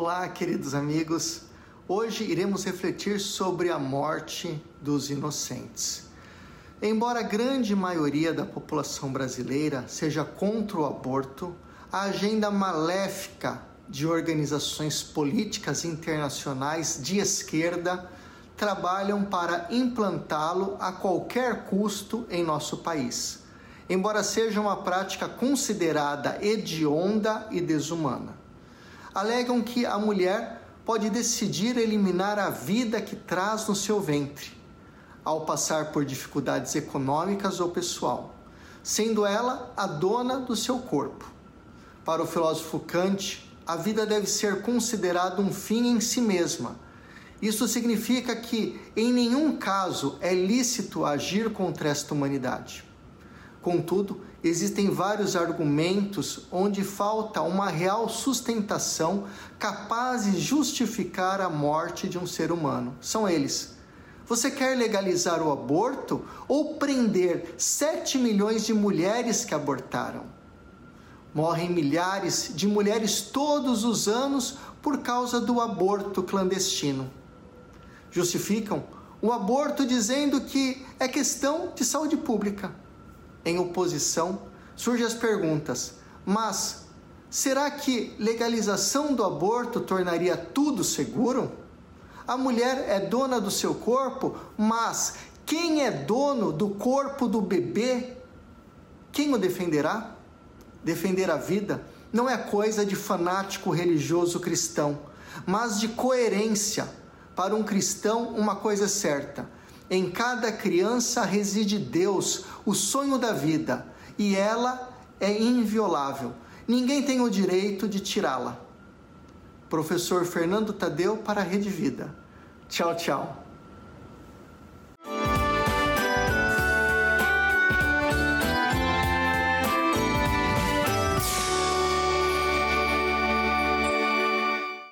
Olá, queridos amigos. Hoje iremos refletir sobre a morte dos inocentes. Embora a grande maioria da população brasileira seja contra o aborto, a agenda maléfica de organizações políticas internacionais de esquerda trabalham para implantá-lo a qualquer custo em nosso país, embora seja uma prática considerada hedionda e desumana. Alegam que a mulher pode decidir eliminar a vida que traz no seu ventre, ao passar por dificuldades econômicas ou pessoal, sendo ela a dona do seu corpo. Para o filósofo Kant, a vida deve ser considerada um fim em si mesma. Isso significa que, em nenhum caso, é lícito agir contra esta humanidade. Contudo, existem vários argumentos onde falta uma real sustentação capaz de justificar a morte de um ser humano. São eles: você quer legalizar o aborto ou prender 7 milhões de mulheres que abortaram? Morrem milhares de mulheres todos os anos por causa do aborto clandestino. Justificam o aborto dizendo que é questão de saúde pública. Em oposição, surgem as perguntas: mas será que legalização do aborto tornaria tudo seguro? A mulher é dona do seu corpo, mas quem é dono do corpo do bebê? Quem o defenderá? Defender a vida não é coisa de fanático religioso cristão, mas de coerência. Para um cristão, uma coisa é certa: em cada criança reside Deus, o sonho da vida, e ela é inviolável. Ninguém tem o direito de tirá-la. Professor Fernando Tadeu para a Rede Vida. Tchau, tchau.